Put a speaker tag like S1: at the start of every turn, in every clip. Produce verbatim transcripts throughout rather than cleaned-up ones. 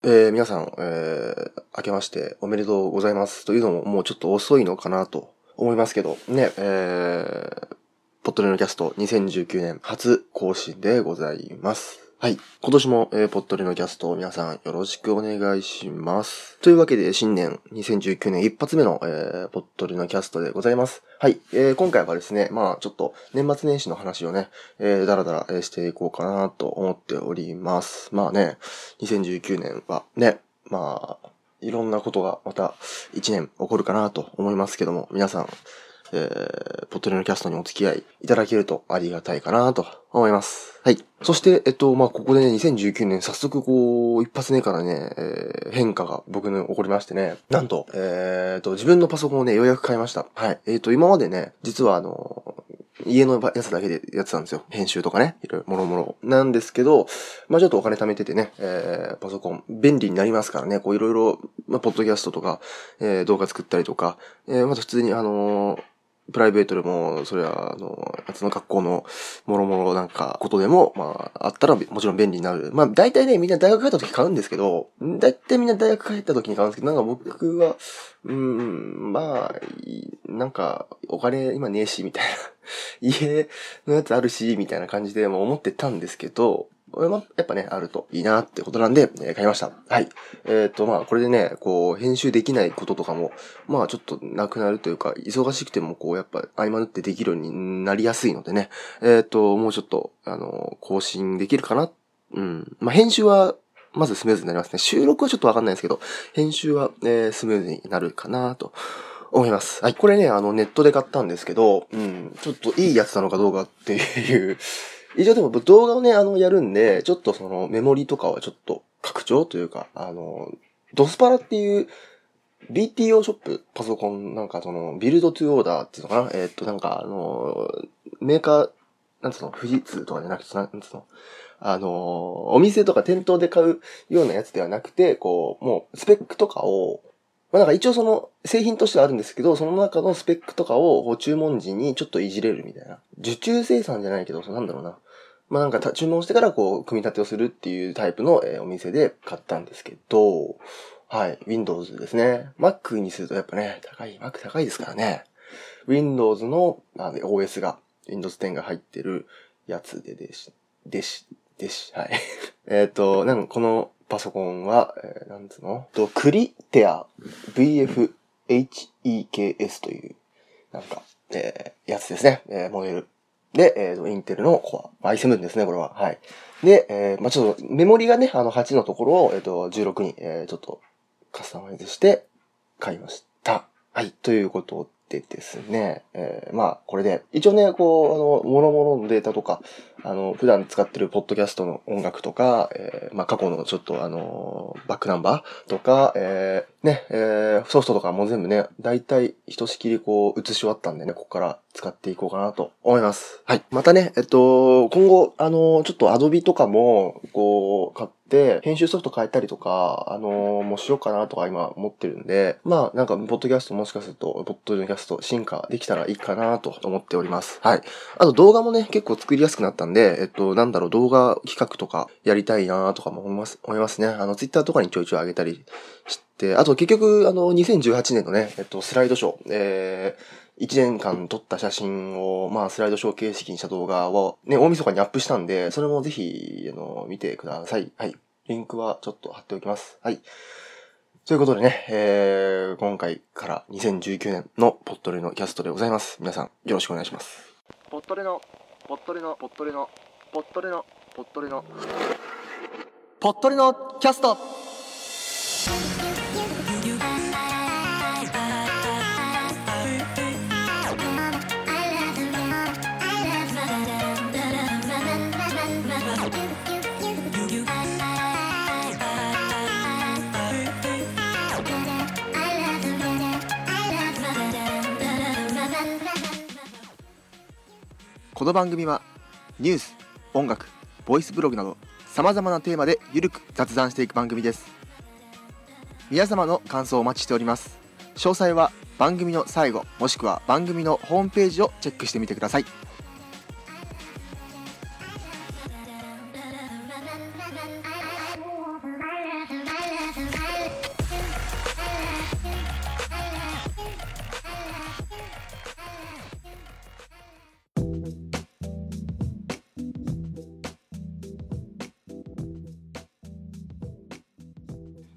S1: えー、皆さん、えー、明けましておめでとうございますというのももうちょっと遅いのかなと思いますけど、ね、えー、ポットレのキャストにせんじゅうきゅうねん初更新でございます。はい。今年も、えー、ポットレのキャストを皆さんよろしくお願いします。というわけで新年にせんじゅうきゅうねん一発目の、えー、ポットレのキャストでございます。はい。えー、今回はですね、まあちょっと年末年始の話をね、えー、だらだらしていこうかなと思っております。まあね、にせんじゅうきゅうねんはね、まあ、いろんなことがまたいちねん起こるかなと思いますけども、皆さん、えー、ポットレのキャストにお付き合いいただけるとありがたいかなと思います。はい。そして、えっと、まあ、ここでね、にせんじゅうきゅうねん早速こう、一発目からね、えー、変化が僕に起こりましてね、なんと、えーと、自分のパソコンをね、ようやく買いました。はい。えーと、今までね、実はあの、家のやつだけでやってたんですよ。編集とかね。いろいろもろもろ。なんですけど、まあちょっとお金貯めててね、えー、パソコン、便利になりますからね、こういろいろ、まあポッドキャストとか、えー、動画作ったりとか、えー、また普通にあのー、プライベートでも、それは、あの、その学校の、もろもろなんか、ことでも、まあ、あったら、もちろん便利になる。まあ、大体ね、みんな大学帰った時買うんですけど、大体みんな大学帰った時に買うんですけど、なんか僕は、うーん、まあ、なんか、お金今ねえし、みたいな。家のやつあるし、みたいな感じでも思ってたんですけど、やっぱね、あるといいなってことなんで、えー、買いました。はい。えっと、まあ、これでね、こう、編集できないこととかも、まあ、ちょっとなくなるというか、忙しくても、こう、やっぱ、合間縫ってできるようになりやすいのでね、えっと、もうちょっと、あの、更新できるかな。うん。まあ、編集は、まずスムーズになりますね。収録はちょっとわかんないですけど、編集は、えー、スムーズになるかなと思います。はい。これね、あの、ネットで買ったんですけど、うん、ちょっといいやつなのかどうかっていう、一応でも動画をね、あの、やるんで、ちょっとそのメモリとかはちょっと拡張というか、あの、ドスパラっていう ビーティーオー ショップ、パソコン、なんかその、ビルドトゥオーダーっていうのかなえー、っと、なんかあの、メーカー、なんつうの、富士通とかじゃなくて、なんつうの、あの、お店とか店頭で買うようなやつではなくて、こう、もう、スペックとかを、まあなんか一応その、製品としてはあるんですけど、その中のスペックとかを注文時にちょっといじれるみたいな。受注生産じゃないけど、なんだろうな。まあなんか注文してからこう、組み立てをするっていうタイプの、えー、お店で買ったんですけど、はい、Windows ですね。Mac にするとやっぱね、高い、Mac 高いですからね。Windows の、あの オーエス が、Windows テンが入ってるやつででし、でし、でし、はい。えっと、なんかこのパソコンは、えー、なんつうのと、クリテア ブイエフエイチイーケーエス という、なんか、えー、やつですね。えー、モデル。で、えっと、インテルのコア。アイセブンですね、これは。はい。で、えー、まあちょっと、メモリがね、あの、はちのところを、えっと、じゅうろくに、えー、ちょっと、カスタマイズして買いました。はい。ということでですね、えー、まあ、これで、一応ね、こう、あの、諸々のデータとか、あの、普段使ってるポッドキャストの音楽とか、えー、まあ、過去のちょっとあの、バックナンバーとか、えー、ね、えー、ソフトとかも全部ね、だいたいひとしきりこう、映し終わったんでね、ここから使っていこうかなと思います。はい。またね、えっと、今後、あの、ちょっと Adobe とかも、こう、買って、編集ソフト変えたりとか、あの、もうしようかなとか今思ってるんで、まあ、なんか、ポッドキャストもしかすると、ポッドキャスト進化できたらいいかなと思っております。はい。あと動画もね、結構作りやすくなったんで、えっと、なんだろう、動画企画とかやりたいなとかも思います、思いますね。あの、ツイッターとかにちょいちょい上げたりして、あと結局、あの、にせんじゅうはちねんのね、えっと、スライドショー、えー、いちねんかん撮った写真を、まあ、スライドショー形式にした動画を、ね、大晦日にアップしたんで、それもぜひ、あの、見てください。はい。リンクはちょっと貼っておきます。はい。ということでね、えー、今回からにせんじゅうきゅうねんのポットレのキャストでございます。皆さん、よろしくお願いします。
S2: ポットレの、ポットレの、ポットレの、ポットレの、ポットレの、ポットレのキャスト。
S1: この番組はニュース、音楽、ボイスブログなど様々なテーマでゆるく雑談していく番組です。皆様の感想をお待ちしております。詳細は番組の最後もしくは番組のホームページをチェックしてみてください。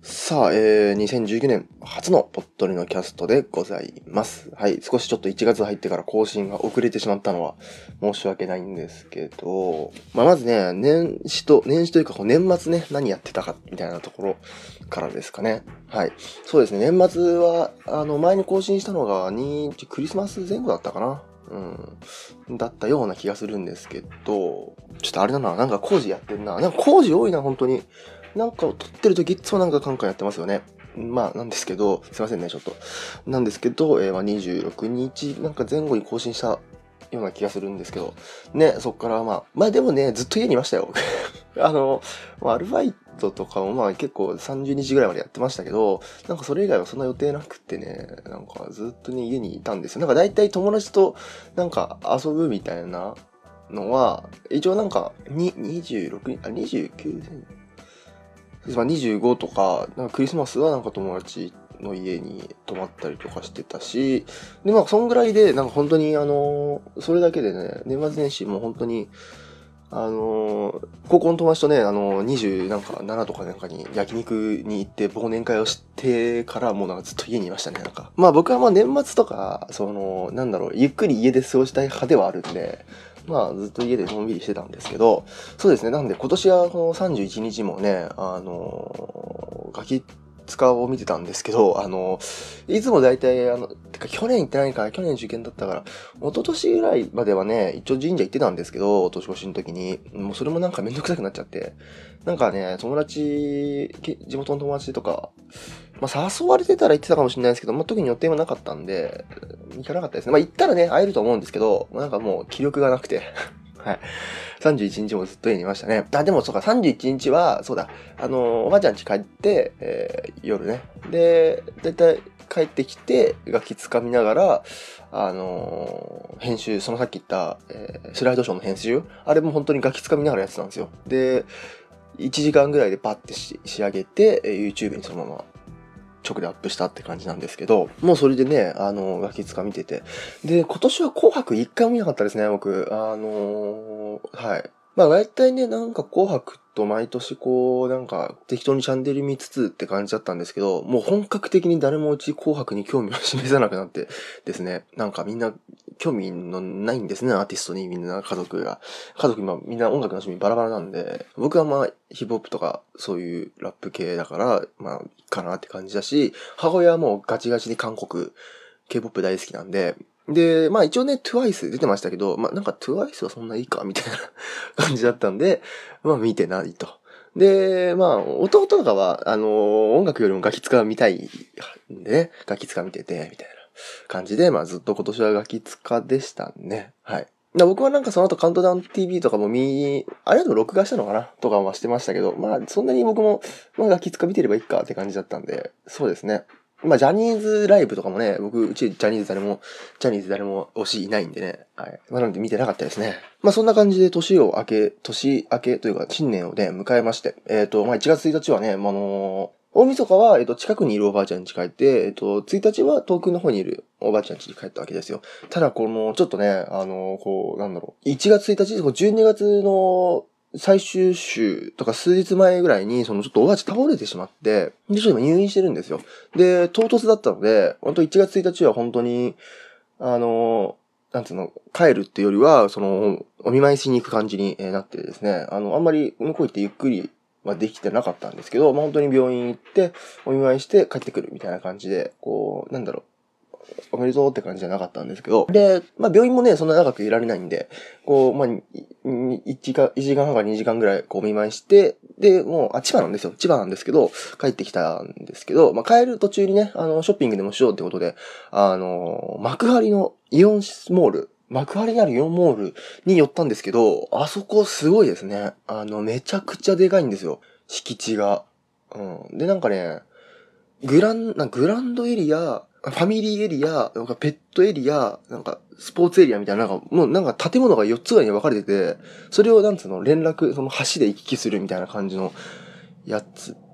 S1: さあ、えー、にせんじゅうきゅうねん初のぽっとりのキャストでございます。はい、少しちょっといちがつ入ってから更新が遅れてしまったのは申し訳ないんですけど、まあ、まずね、年始と、年始というかこう年末ね、何やってたかみたいなところからですかね。はい。そうですね、年末は、あの、前に更新したのが、に、クリスマス前後だったかな。うん。だったような気がするんですけど、ちょっとあれだな、なんか工事やってんな。なんか工事多いな、本当に。なんかを撮ってる時いつもなんかカンカンやってますよね。まあなんですけど、すいませんね、ちょっと。なんですけど、えー、まあにじゅうろくにちなんか前後に更新したような気がするんですけど、ね、そっからまあ、まあでもね、ずっと家にいましたよ。あの、アルバイトとかもまあ結構さんじゅうにちぐらいまでやってましたけど、なんかそれ以外はそんな予定なくってね、なんかずっとね、家にいたんですよ。なんか大体友達となんか遊ぶみたいなのは、一応なんか、に、にじゅうろくにち、あ、にじゅうきゅうまあ、にじゅうごとか、なんかクリスマスはなんか友達の家に泊まったりとかしてたし、で、まあ、そんぐらいで、なんか本当にあの、それだけでね、年末年始も本当に、あの、高校の友達とね、あの、にじゅうなんかななとかなんかに焼肉に行って忘年会をしてからもうなんかずっと家にいましたね、なんか。まあ僕はまあ年末とか、その、なんだろう、ゆっくり家で過ごしたい派ではあるんで、まあずっと家でのんびりしてたんですけど、そうですね、なんで今年はこのさんじゅういちにちもね、あの、ガキ使を見てたんですけど、あの、いつも大体、あの、てか去年行ってないから、去年受験だったから、一昨年ぐらいまではね、一応神社行ってたんですけど、年越しの時に、もうそれもなんかめんどくさくなっちゃって、なんかね、友達、地元の友達とか、まあ誘われてたら行ってたかもしれないですけど、まあ特に予定もなかったんで、行かなかったですね。まあ行ったらね、会えると思うんですけど、なんかもう気力がなくて、はい。さんじゅういちにちもずっと家にいましたね。あ、でもそうか、さんじゅういちにちは、そうだ、あの、おばあちゃん家帰って、えー、夜ね。で、だいたい帰ってきて、楽器掴みながら、あのー編集、そのさっき言った、えースライドショーの編集、あれも本当に楽器掴みながらやってたんですよ。で、いちじかんぐらいでパッてし仕上げて、えー YouTube にそのまま直でアップしたって感じなんですけど、もうそれでね、あの、ガキつか見てて。で、今年は紅白一回も見なかったですね、僕。あのーはい。まあ、大体ね、なんか紅白と毎年こう、なんか適当にチャンネル見つつって感じだったんですけど、もう本格的に誰もうち紅白に興味を示さなくなってですね、なんかみんな興味のないんですね、アーティストにみんな家族が。家族今みんな音楽の趣味バラバラなんで、僕はまあヒップホップとかそういうラップ系だから、まあいいかなって感じだし、母親はもうガチガチに韓国 K-ポップ 大好きなんで、で、まあ一応ね、トゥワイス 出てましたけど、まあなんか トゥワイス はそんないいかみたいな感じだったんで、まあ見てないと。で、まあ弟とかは、あのー音楽よりもガキ使見たいんでね、ガキ使見てて、みたいな感じで、まあずっと今年はガキ使でしたね。はい。で僕はなんかその後カウントダウン ティーブイ とかも見、あれだと録画したのかなとかはしてましたけど、まあそんなに僕も、まあガキ使見てればいいかって感じだったんで、そうですね。まあ、ジャニーズライブとかもね、僕、うちジャニーズ誰も、ジャニーズ誰も推しいないんでね。はい。まあ、なので見てなかったですね。まあ、そんな感じで年を明け、年明けというか、新年をね、迎えまして。えっ、ー、と、まあ、いちがつついたちはね、まあ、あのー大晦日は、えっと、近くにいるおばあちゃん家帰って、えっと、ついたちは遠くの方にいるおばあちゃん家に帰ったわけですよ。ただ、この、ちょっとね、あのーこう、なんだろう。いちがつついたち、じゅうにがつの最終週とか数日前ぐらいに、そのちょっとおばあちゃん倒れてしまって、で、ちょっと今入院してるんですよ。で、唐突だったので、本当いちがつついたちは本当に、あの、なんつうの、帰るっていうよりは、その、お見舞いしに行く感じになってですね、あの、あんまり向こう行ってゆっくりはできてなかったんですけど、まあ、本当に病院行って、お見舞いして帰ってくるみたいな感じで、こう、なんだろう、おめでとうって感じじゃなかったんですけど、で、まあ病院もね、そんな長くいられないんで、こう、まあ、いちじかん、いちじかんはんからにじかんぐらいこうお見舞いして、で、もう、あ、千葉なんですよ。千葉なんですけど、帰ってきたんですけど、まあ帰る途中にね、あの、ショッピングでもしようってことで、あの、幕張のイオンモール、幕張にあるイオンモールに寄ったんですけど、あそこすごいですね。あの、めちゃくちゃでかいんですよ。敷地が。うん。で、なんかね、グラン、なんかグランドエリア、ファミリーエリア、なんかペットエリア、なんかスポーツエリアみたいな、なんかもうなんか建物がよっつぐらいに分かれてて、それをなんつうの、連絡、その橋で行き来するみたいな感じのやつって、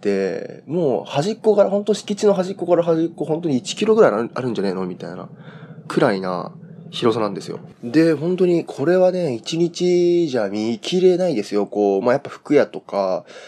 S1: もう端っこから、本当敷地の端っこから端っこ、本当にいちキロぐらいあるんじゃねえのみたいな、くらいな広さなんですよ。で、本当にこれはね、いちにちじゃ見切れないですよ。こう、まあ、やっぱ服屋とか、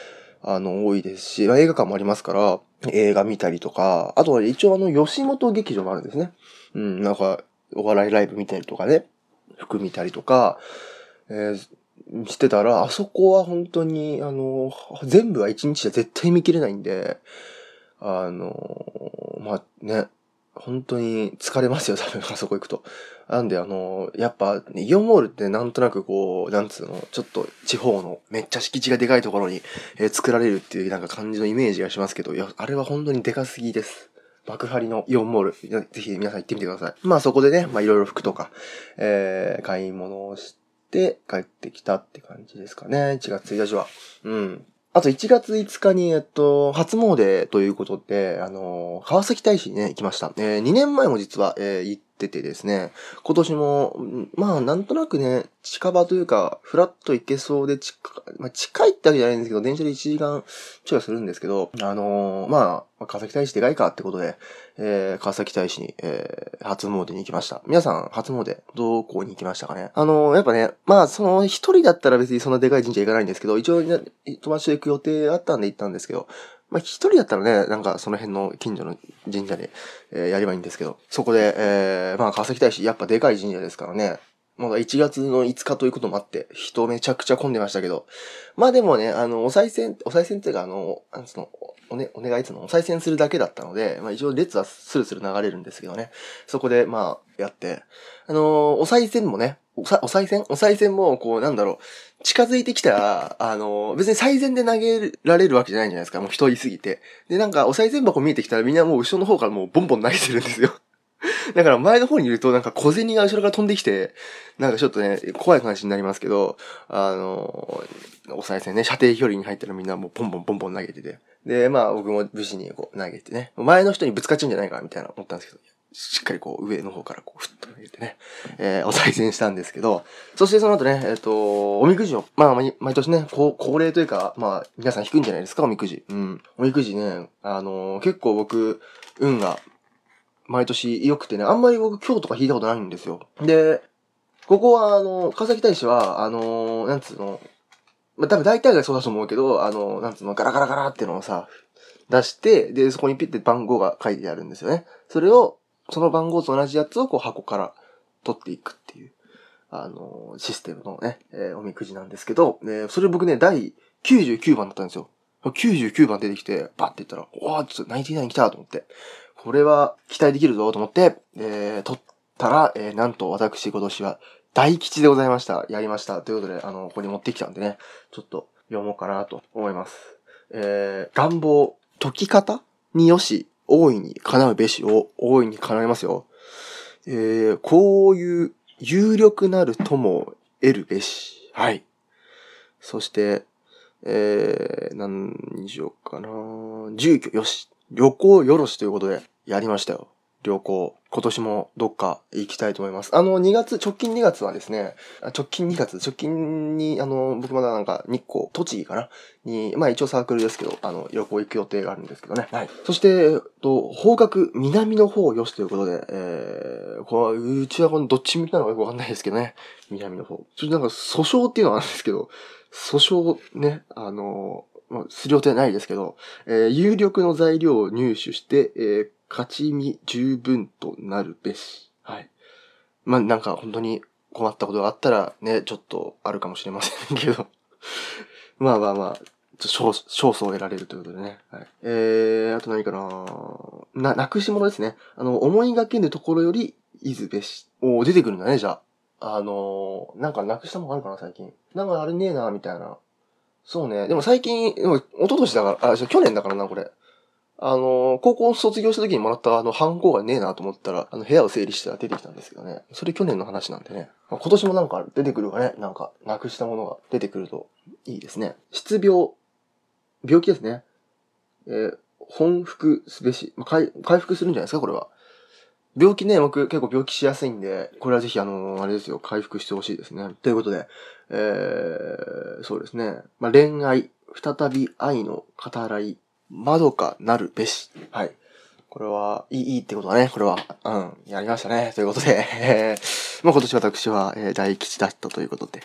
S1: あの、多いですし、まあ、映画館もありますから、映画見たりとか、あとは一応あの、吉本劇場もあるんですね。うん、なんか、お笑いライブ見たりとかね、服見たりとか、えー、してたら、あそこは本当に、あの、全部は一日じゃ絶対見切れないんで、あの、まあ、ね、本当に疲れますよ、多分、あそこ行くと。なんで、あの、やっぱ、イオンモールってなんとなくこう、なんつうの、ちょっと地方のめっちゃ敷地がでかいところに、えー作られるっていうなんか感じのイメージがしますけど、いや、あれは本当にでかすぎです。幕張のイオンモール、ぜひ皆さん行ってみてください。まあそこでね、まあいろいろ服とか、えー、買い物をして帰ってきたって感じですかね。いちがつついたちは。うん。あといちがついつかに、えっと、初詣ということで、あの、川崎大師にね、行きました。えー、にねんまえも実は、えー、行っててですね、今年も、まあ、なんとなくね、近場というか、フラッと行けそうで近、まあ、近いってわけじゃないんですけど、電車でいちじかんちょいはするんですけど、あのー、まあ、川崎大師でかいかってことで、えー、川崎大師に、えー、初詣に行きました。皆さん、初詣、どこに行きましたかね？あのー、やっぱね、まあ、その、一人だったら別にそんなでかい神社行かないんですけど、一応、ね、友達と行く予定あったんで行ったんですけど、まあ、一人だったらね、なんかその辺の近所の神社で、えー、やればいいんですけど、そこで、えー、まあ、川崎大師、やっぱでかい神社ですからね、まだいちがつのいつかということもあって、人めちゃくちゃ混んでましたけど、まあでもね、あの、お賽銭、お賽銭っていうか、あの、あのその、おね、お願いつの、お賽銭するだけだったので、まあ一応列はスルスル流れるんですけどね、そこで、まあ、やって、あの、お賽銭もね、おさ、お賽銭お賽銭も、こう、なんだろう、近づいてきたら、あの、別に最前で投げられるわけじゃないじゃないですか。もう人いすぎて。で、なんか、お賽銭箱見えてきたらみんなもう後ろの方からもうボンボン投げてるんですよ。だから前の方にいるとなんか小銭が後ろから飛んできて、なんかちょっとね、怖い話になりますけど、あの、お賽銭ね、射程距離に入ったらみんなもうポンポンポンポン投げてて。で、まあ僕も無事にこう投げてね、前の人にぶつかっちゃうんじゃないかなみたいな思ったんですけど、しっかりこう上の方からこうふっと投げてね、えー、お賽銭したんですけど、そしてその後ね、えっ、と、おみくじを、まあ毎毎年ね、こう恒例というか、まあ皆さん引くんじゃないですか、おみくじ。うん。おみくじね、あのー、結構僕、運が毎年良くてね、あんまり僕今日とか引いたことないんですよ。で、ここはあの、川崎大師は、あの、なんつうの、まあ、多分大体がそうだと思うけど、あの、なんつうの、ガラガラガラっていうのをさ、出して、で、そこにピッて番号が書いてあるんですよね。それを、その番号と同じやつをこう箱から取っていくっていう、あの、システムのね、えー、おみくじなんですけど、ね、それ僕ね、第きゅうじゅうきゅうばんだったんですよ。きゅうじゅうきゅうばん出てきて、バッて言ったら、おー、ちょっとナインティナイン来たと思って。これは期待できるぞと思って、えー、取ったら、えー、なんと私今年は大吉でございました。やりました。ということで、あの、ここに持ってきたんでね、ちょっと読もうかなと思います。えー、願望、解き方によし、大いに叶うべしを大いに叶えますよ。えー、こういう有力なる友得るべし。はい。そして、えー、何にしようかな。住居よし。旅行よろしということで、やりましたよ。旅行。今年もどっか行きたいと思います。あの、にがつ、直近にがつはですね、直近にがつ、直近に、あの、僕まだなんか日光、栃木かなに、まあ一応サークルですけど、あの、旅行行く予定があるんですけどね。はい。そして、えっと、方角、南の方よしということで、えー、この、うちはこのどっち向きなのかよくわかんないですけどね。南の方。ちょっとなんか、訴訟っていうのはあるんですけど、訴訟ね、あの、まあ、する予定はないですけど、えー、有力の材料を入手して、えー、勝ち身十分となるべし。はい。まあ、なんか本当に困ったことがあったらね、ちょっとあるかもしれませんけど。まあまあまあ、勝訴を得られるということでね。はい。えー、あと何かなな、なくし物ですね。あの、思いがけぬところより、いずべし。おー、出てくるんだね、じゃあ。あのー、なんかなくしたもんあるかな、最近。なんかあれねえな、みたいな。そうね。でも最近、でも一昨年だから、あ、去年だからな、これ。あのー、高校卒業した時にもらったあの、ハンコがねえなと思ったら、あの、部屋を整理して出てきたんですけどね。それ去年の話なんでね。まあ、今年もなんか出てくるわね。なんか、なくしたものが出てくるといいですね。失病。病気ですね。えー、本復すべし。まあ、回、回復するんじゃないですか、これは。病気ね、僕結構病気しやすいんで、これはぜひあのー、あれですよ、回復してほしいですね。ということで、えー、そうですね。まあ、恋愛、再び愛の語らい、まどかなるべし。はい。これは、いい、いいってことだね、これは。うん、やりましたね。ということで、えー、まあ、今年私は、えー、大吉だったということで、はい。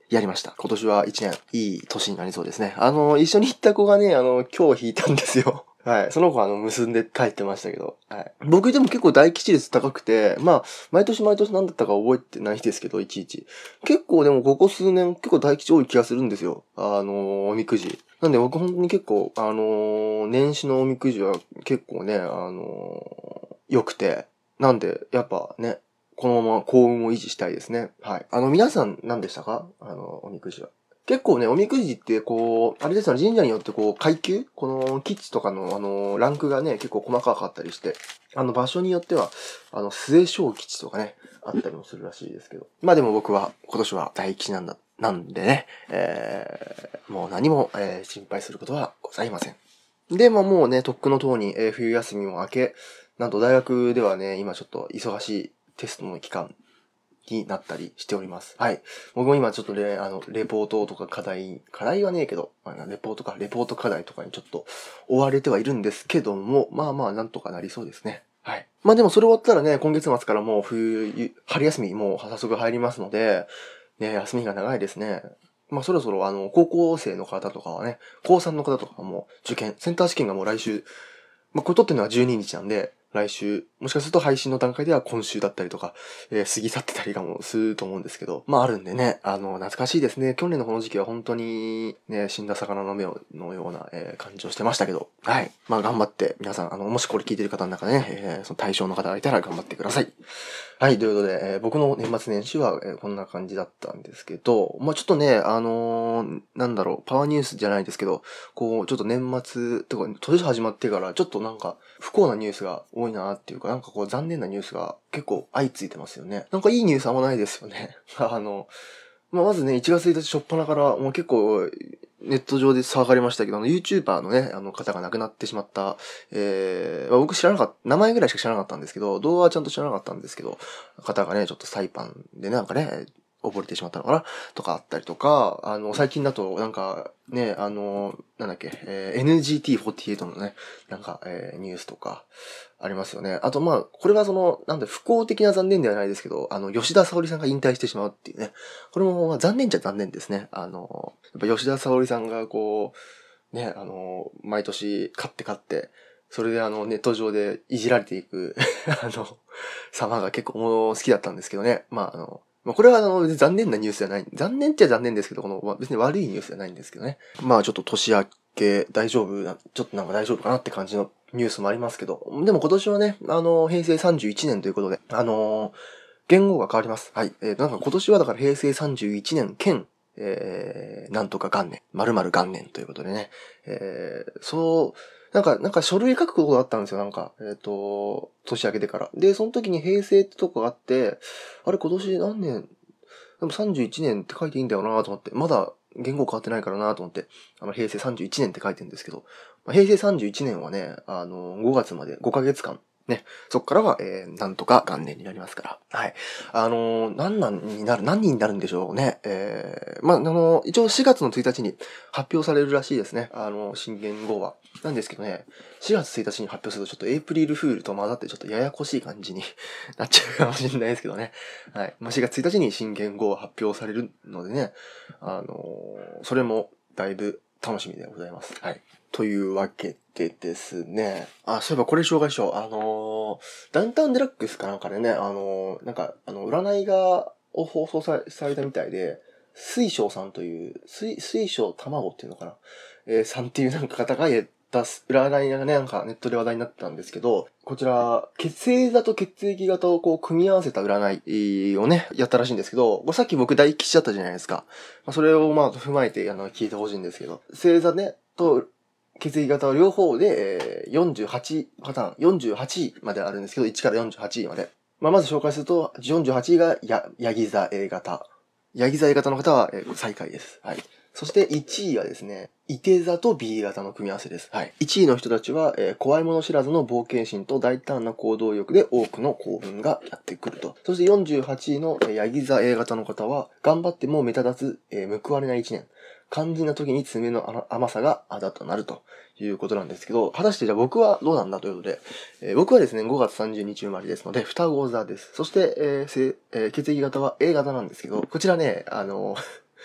S1: やりました。今年はいちねん、いい年になりそうですね。あの、一緒に行った子がね、あの、今日引いたんですよ。はい。その子はあの、結んで帰ってましたけど。はい。僕でも結構大吉率高くて、まあ、毎年毎年何だったか覚えてないですけど、いちいち。結構でもここ数年結構大吉多い気がするんですよ。あの、おみくじ。なんで僕本当に結構、あの、年始のおみくじは結構ね、あの、良くて。なんで、やっぱね、このまま幸運を維持したいですね。はい。あの、皆さん何でしたか？あの、おみくじは。結構ね、おみくじってこう、あれですよね、神社によってこう、階級この、基地とかのあの、ランクがね、結構細かかったりして、あの、場所によっては、あの、末小基地とかね、あったりもするらしいですけど。まあでも僕は、今年は大吉なんだ、なんでね、えー、もう何も、えー、心配することはございません。で、まあもうね、とっくの塔に、えー、冬休みも明け、なんと大学ではね、今ちょっと忙しいテストの期間になったりしております。はい。僕も今ちょっとね、あの、レポートとか課題、課題はねえけど、まあ、レポートか、レポート課題とかにちょっと追われてはいるんですけども、まあまあなんとかなりそうですね。はい。まあでもそれ終わったらね、今月末からもう冬、春休みもう早速入りますので、ね、休みが長いですね。まあそろそろあの、高校生の方とかはね、高さんの方とかも受験、センター試験がもう来週、まあこれ取ってるのはじゅうににちなんで、来週、もしかすると配信の段階では今週だったりとか、えー過ぎ去ってたりかもすると思うんですけど、まああるんでね、あの、懐かしいですね。去年のこの時期は本当にね、死んだ魚の目のような、えー感じをしてましたけど、はい。まあ頑張って、皆さん、あの、もしこれ聞いてる方の中でね、えーその対象の方がいたら頑張ってください。はい、ということで、えー僕の年末年始は、えーこんな感じだったんですけど、まあちょっとね、あのーなんだろう、パワーニュースじゃないですけど、こう、ちょっと年末とか、年始まってから、ちょっとなんか、不幸なニュースが多いなっていうか、なんかこう、残念なニュースが結構相次いでますよね。なんかいいニュースあんまないですよね。あの、まあ、まずね、いちがつついたち初っ端から、もう結構、ネット上で騒がれましたけど、あの、YouTuber のね、あの方が亡くなってしまった、えー、まあ、僕知らなかった、名前ぐらいしか知らなかったんですけど、動画はちゃんと知らなかったんですけど、方がね、ちょっとサイパンでね、なんかね、溺れてしまったのかなとかあったりとか、あの、最近だと、なんか、ね、あの、なんだっけ、えー、エヌジーティーフォーティーエイト のね、なんか、えー、ニュースとか、ありますよね。あと、まあ、これはその、なんだ、不幸的な残念ではないですけど、あの、吉田沙保里さんが引退してしまうっていうね。これも、まあ、残念っちゃ残念ですね。あの、やっぱ吉田沙保里さんがこう、ね、あの、毎年勝って勝って、それであの、ネット上でいじられていくあの、様が結構好きだったんですけどね。まあ、あの、まあ、これはあの、残念なニュースじゃない。残念っちゃ残念ですけど、この、別に悪いニュースじゃないんですけどね。まあ、ちょっと年明け大丈夫な、ちょっとなんか大丈夫かなって感じのニュースもありますけど。でも今年はね、あの、平成さんじゅういちねんということで、あの、元号が変わります。はい。えー、なんか今年はだから平成さんじゅういちねん兼、えー、なんとか元年、〇〇元年ということでね。えー、そう、なんか、なんか書類書くことがあったんですよ、なんか。えっ、と、年明けてから。で、その時に平成ってとこがあって、あれ今年何年でもさんじゅういちねんって書いていいんだよなと思って、まだ言語変わってないからなと思って、あの、平成さんじゅういちねんって書いてるんですけど、まあ平成さんじゅういちねんはね、あの、ごがつまでごかげつかん、ね、そっからは、えー、なんとか元年になりますから。はい。あのー、何なんになる、何人になるんでしょうね。えー、まあ、あのー、一応しがつのついたちに発表されるらしいですね。あのー、新元号は。なんですけどね、しがつついたちに発表するとちょっとエイプリルフールと混ざってちょっとややこしい感じになっちゃうかもしれないですけどね。はい。まあ、しがつついたちに新元号が発表されるのでね、あのー、それもだいぶ楽しみでございます。はい。というわけでですね。あ、そういえばこれ紹介しよう。あのー、ダウンタウンデラックスかなんかでね、あのー、なんか、あの、占いが、を放送さされたみたいで、水晶さんという、水、水晶卵っていうのかなえー、さんっていうなんか方がやった占いがね、なんかネットで話題になってたんですけど、こちら、血星座と血液型をこう組み合わせた占いをね、やったらしいんですけど、これさっき僕大吉だったじゃないですか。まあ、それをまあ踏まえてあの聞いてほしいんですけど、星座ね、と血液型は両方で、えー、よんじゅうはちパターン、よんじゅうはちいまであるんですけど、いちからよんじゅうはちいまで。まあ、まず紹介すると、よんじゅうはちいがや、ヤギ座 A 型。ヤギ座 A 型の方は、えー、最下位です。はい。そしていちいはですね、伊手座と B 型の組み合わせです。はい。いちいの人たちは、えー、怖いもの知らずの冒険心と大胆な行動力で多くの幸運がやってくると。そしてよんじゅうはちいの、えー、ヤギ座 A 型の方は、頑張っても目立たず、えー、報われないいちねん。肝心な時に爪の甘さがあだとなるということなんですけど、果たしてじゃあ僕はどうなんだということで、えー、僕はですね、ごがつさんじゅうにち生まれですので、双子座です。そして、えーえー、血液型は A 型なんですけど、こちらね、あの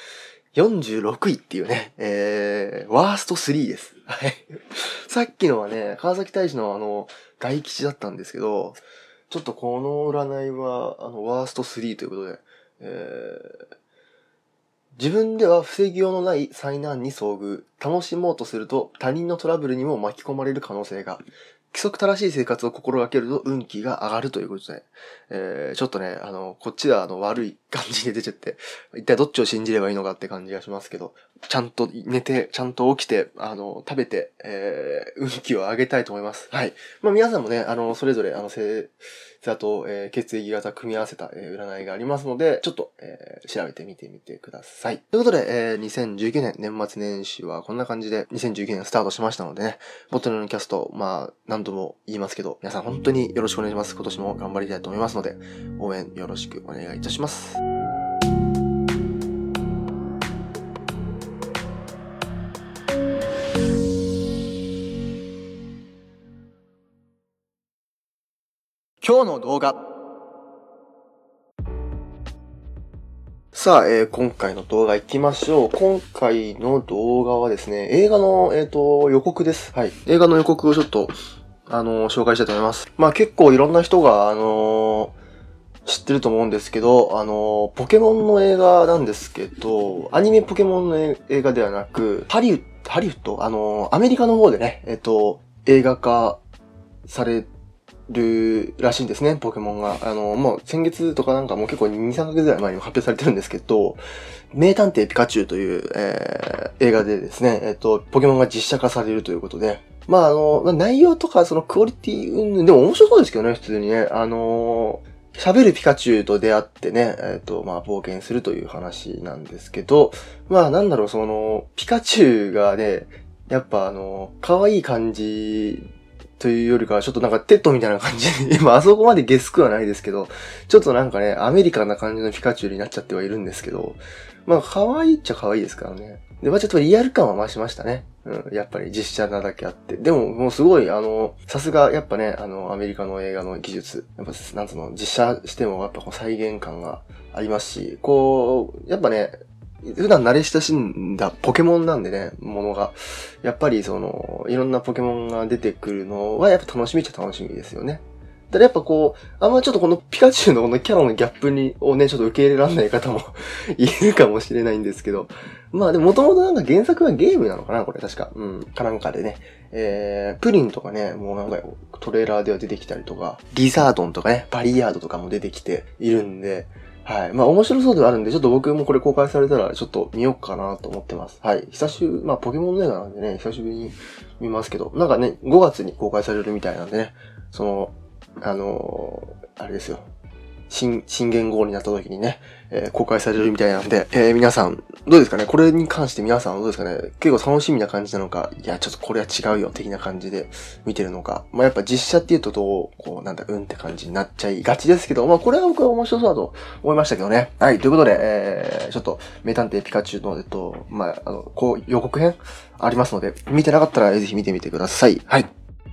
S1: よんじゅうろくいっていうね、えー、ワーストスリーです。はい。さっきのはね、川崎大師のあの、大吉だったんですけど、ちょっとこの占いは、あの、ワーストスリーということで、えー、自分では防ぎようのない災難に遭遇。楽しもうとすると他人のトラブルにも巻き込まれる可能性が。規則正しい生活を心がけると運気が上がるということで、えー、ちょっとね、あの、こっちはあの悪い感じで出ちゃって、一体どっちを信じればいいのかって感じがしますけど、ちゃんと寝て、ちゃんと起きて、あの、食べて、えー、運気を上げたいと思います。はい。まあ皆さんもね、あの、それぞれ、あの、星座と、えー、血液型組み合わせた、えー、占いがありますので、ちょっと、えー、調べてみてみてください。ということで、えー、にせんじゅうきゅうねん年末年始はこんな感じでにせんじゅうきゅうねんスタートしましたのでね、ボトルのキャスト、まあ、何度も言いますけど、皆さん本当によろしくお願いします。今年も頑張りたいと思いますので、応援よろしくお願いいたします。
S2: 今日の動画。
S1: さあ、えー、今回の動画行きましょう。今回の動画はですね、映画の、えっと、予告です。はい。映画の予告をちょっと、あのー、紹介したいと思います。まあ結構いろんな人が、あのー、知ってると思うんですけど、あのー、ポケモンの映画なんですけど、アニメポケモンの映画ではなく、ハリウッド、ハリウッドあのー、アメリカの方でね、えっと、映画化されて、るらしいんですね、ポケモンが。あの、もう先月とかなんかもう結構に、さんかげつぐらい前に発表されてるんですけど、名探偵ピカチュウという、えー、映画でですね、えっと、ポケモンが実写化されるということで、まああの、内容とかそのクオリティ、うん、でも面白そうですけどね、普通にね。あのー、喋るピカチュウと出会ってね、えっと、まあ冒険するという話なんですけど、まあなんだろう、その、ピカチュウがね、やっぱあの、可愛い感じ、というよりかは、ちょっとなんかテッドみたいな感じで、今あそこまでゲスくはないですけど、ちょっとなんかね、アメリカンな感じのピカチュウになっちゃってはいるんですけど、まあ可愛いっちゃ可愛いですからね。で、まあちょっとリアル感は増しましたね。うん、やっぱり実写なだけあって。でももうすごい、あの、さすがやっぱね、あの、アメリカの映画の技術。やっぱ、なんつうの、実写してもやっぱこう再現感がありますし、こう、やっぱね、普段慣れ親しんだポケモンなんでね、ものが。やっぱりその、いろんなポケモンが出てくるのはやっぱ楽しみっちゃ楽しみですよね。ただやっぱこう、あんまちょっとこのピカチュウのこのキャラのギャップに、をね、ちょっと受け入れられない方もいるかもしれないんですけど。まあでももともとなんか原作はゲームなのかなこれ確か。うん。かなんかでね。えー、プリンとかね、もうなんかトレーラーでは出てきたりとか、リザードンとかね、バリヤードとかも出てきているんで、はい。まあ面白そうではあるんで、ちょっと僕もこれ公開されたらちょっと見ようかなと思ってます。はい。久しぶり、まあポケモンの映画なんでね、久しぶりに見ますけど、なんかね、ごがつに公開されるみたいなんでね、その、あのー、あれですよ。新、新元号になった時にね、えー、公開されるみたいなんで、えー、皆さん、どうですかねこれに関して皆さんどうですかね結構楽しみな感じなのか、いや、ちょっとこれは違うよ、的な感じで見てるのか。まあ、やっぱ実写っていうとどう、こう、なんだ、うんって感じになっちゃいがちですけど、まあ、これは僕は面白そうだと思いましたけどね。はい、ということで、えー、ちょっと、名探偵ピカチュウの、えっと、まあ、あの、こう、予告編ありますので、見てなかったらぜひ見てみてください。はい。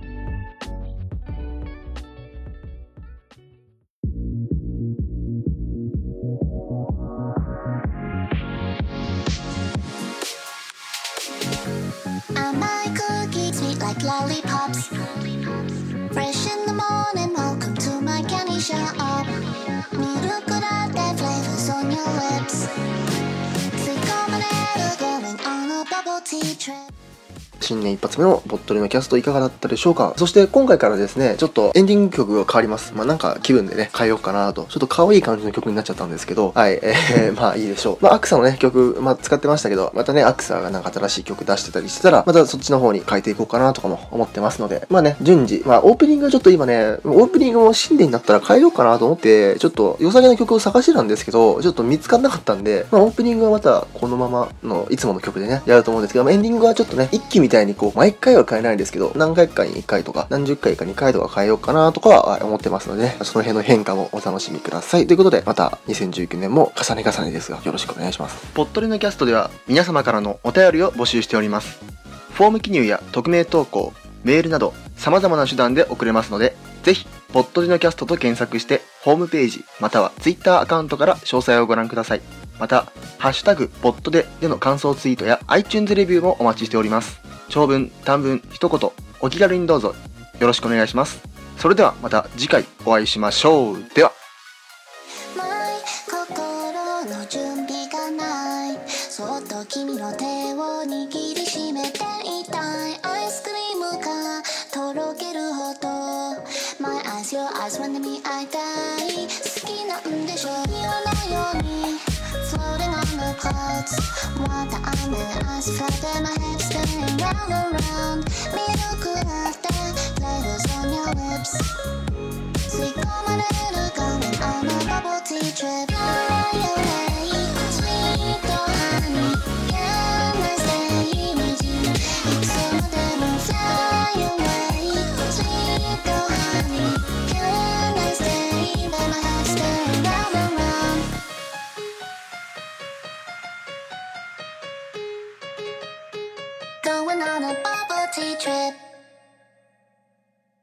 S3: 甘いcookies sweet like lollipops Fresh in the morning, welcome to my candy shop ミルクラテ flavors on your lips 吸い込まれる going on a bubble tea trip
S1: 新年一発目のボットレのキャストいかがだったでしょうか。そして今回からですね、ちょっとエンディング曲が変わります。まあなんか気分でね、変えようかなと。ちょっと可愛い感じの曲になっちゃったんですけど、はい、えー、まあいいでしょう。まあアクサのね、曲、まあ使ってましたけど、またね、アクサがなんか新しい曲出してたりしてたら、またそっちの方に変えていこうかなとかも思ってますので、まあね、順次、まあオープニングはちょっと今ね、オープニングも新年になったら変えようかなと思って、ちょっと良さげな曲を探してたんですけど、ちょっと見つからなかったんで、まあオープニングはまたこのままのいつもの曲でね、やると思うんですけど、エンディングはちょっとね、一期みたいにこう、毎回は変えないですけど、何回かにいっかいとか、何十回かにかいとか変えようかなとかは思ってますのでね、その辺の変化もお楽しみください。ということで、またにせんじゅうきゅうねんも重ね重ねですが、よろしくお願いします。
S2: ポットレのキャストでは皆様からのお便りを募集しております。フォーム記入や匿名投稿、メールなど様々な手段で送れますので、ぜひ、ポットレのキャストと検索して、ホームページ、またはツイッターアカウントから詳細をご覧ください。 また、ハッシュタグ、ポッドででの感想ツイートや iTunes レビューもお待ちしております。長文、短文、一言、お気軽にどうぞよろしくお願いします。それではまた次回お会いしましょう。では。
S3: 心の準備がない、そっと君の手を握りしめていたい。アイスクリームがとろけるほど My eyes, your eyes when me I die。 好きなんでしょ、言わないように Floating on the clouds。 What the under eyes flooding my head spinning round and round。 ミルクラテ flavors on your lips。 吸い込まれる going on a bubble tea trip。 Fly away sweet honey can I stay with you。 いつまでも Fly away sweet honey can I stay let my head spin round and round。 Going on a bubble tea trip。